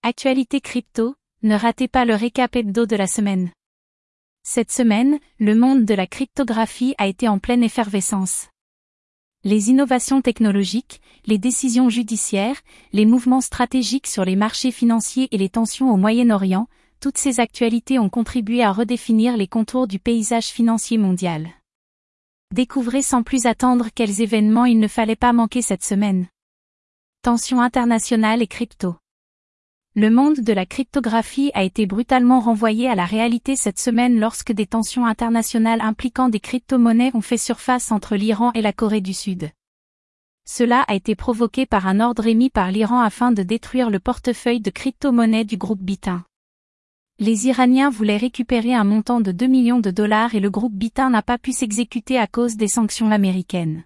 Actualité crypto, ne ratez pas le récap hebdo de la semaine. Cette semaine, le monde de la cryptographie a été en pleine effervescence. Les innovations technologiques, les décisions judiciaires, les mouvements stratégiques sur les marchés financiers et les tensions au Moyen-Orient, toutes ces actualités ont contribué à redéfinir les contours du paysage financier mondial. Découvrez sans plus attendre quels événements il ne fallait pas manquer cette semaine. Tensions internationales et crypto. Le monde de la cryptographie a été brutalement renvoyé à la réalité cette semaine lorsque des tensions internationales impliquant des crypto-monnaies ont fait surface entre l'Iran et la Corée du Sud. Cela a été provoqué par un ordre émis par l'Iran afin de détruire le portefeuille de crypto-monnaies du groupe Bitin. Les Iraniens voulaient récupérer un montant de 2 millions de dollars et le groupe Bitin n'a pas pu s'exécuter à cause des sanctions américaines.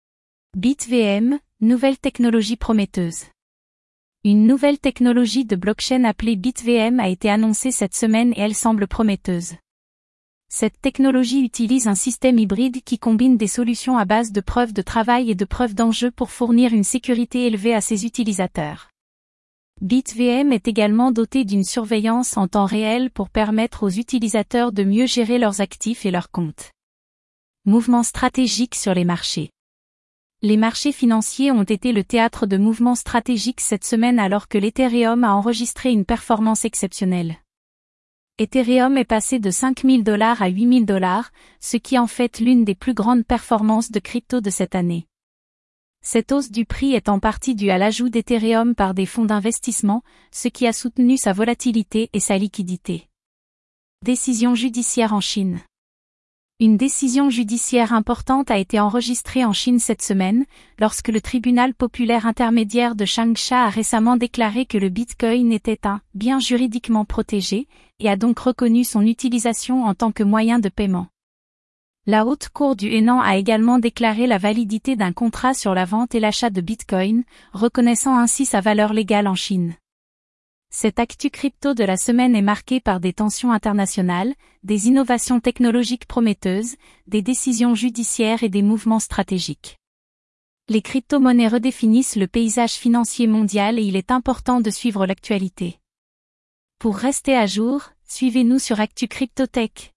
BitVM, nouvelle technologie prometteuse. Une nouvelle technologie de blockchain appelée BitVM a été annoncée cette semaine et elle semble prometteuse. Cette technologie utilise un système hybride qui combine des solutions à base de preuves de travail et de preuves d'enjeu pour fournir une sécurité élevée à ses utilisateurs. BitVM est également doté d'une surveillance en temps réel pour permettre aux utilisateurs de mieux gérer leurs actifs et leurs comptes. Mouvements stratégiques sur les marchés. Les marchés financiers ont été le théâtre de mouvements stratégiques cette semaine alors que l'Ethereum a enregistré une performance exceptionnelle. Ethereum est passé de $5 000 à $8 000, ce qui en fait l'une des plus grandes performances de crypto de cette année. Cette hausse du prix est en partie due à l'ajout d'Ethereum par des fonds d'investissement, ce qui a soutenu sa volatilité et sa liquidité. Décision judiciaire en Chine. Une décision judiciaire importante a été enregistrée en Chine cette semaine, lorsque le tribunal populaire intermédiaire de Changsha a récemment déclaré que le Bitcoin était un bien juridiquement protégé, et a donc reconnu son utilisation en tant que moyen de paiement. La Haute Cour du Henan a également déclaré la validité d'un contrat sur la vente et l'achat de Bitcoin, reconnaissant ainsi sa valeur légale en Chine. Cette actu crypto de la semaine est marquée par des tensions internationales, des innovations technologiques prometteuses, des décisions judiciaires et des mouvements stratégiques. Les crypto-monnaies redéfinissent le paysage financier mondial et il est important de suivre l'actualité. Pour rester à jour, suivez-nous sur Actu Cryptotech.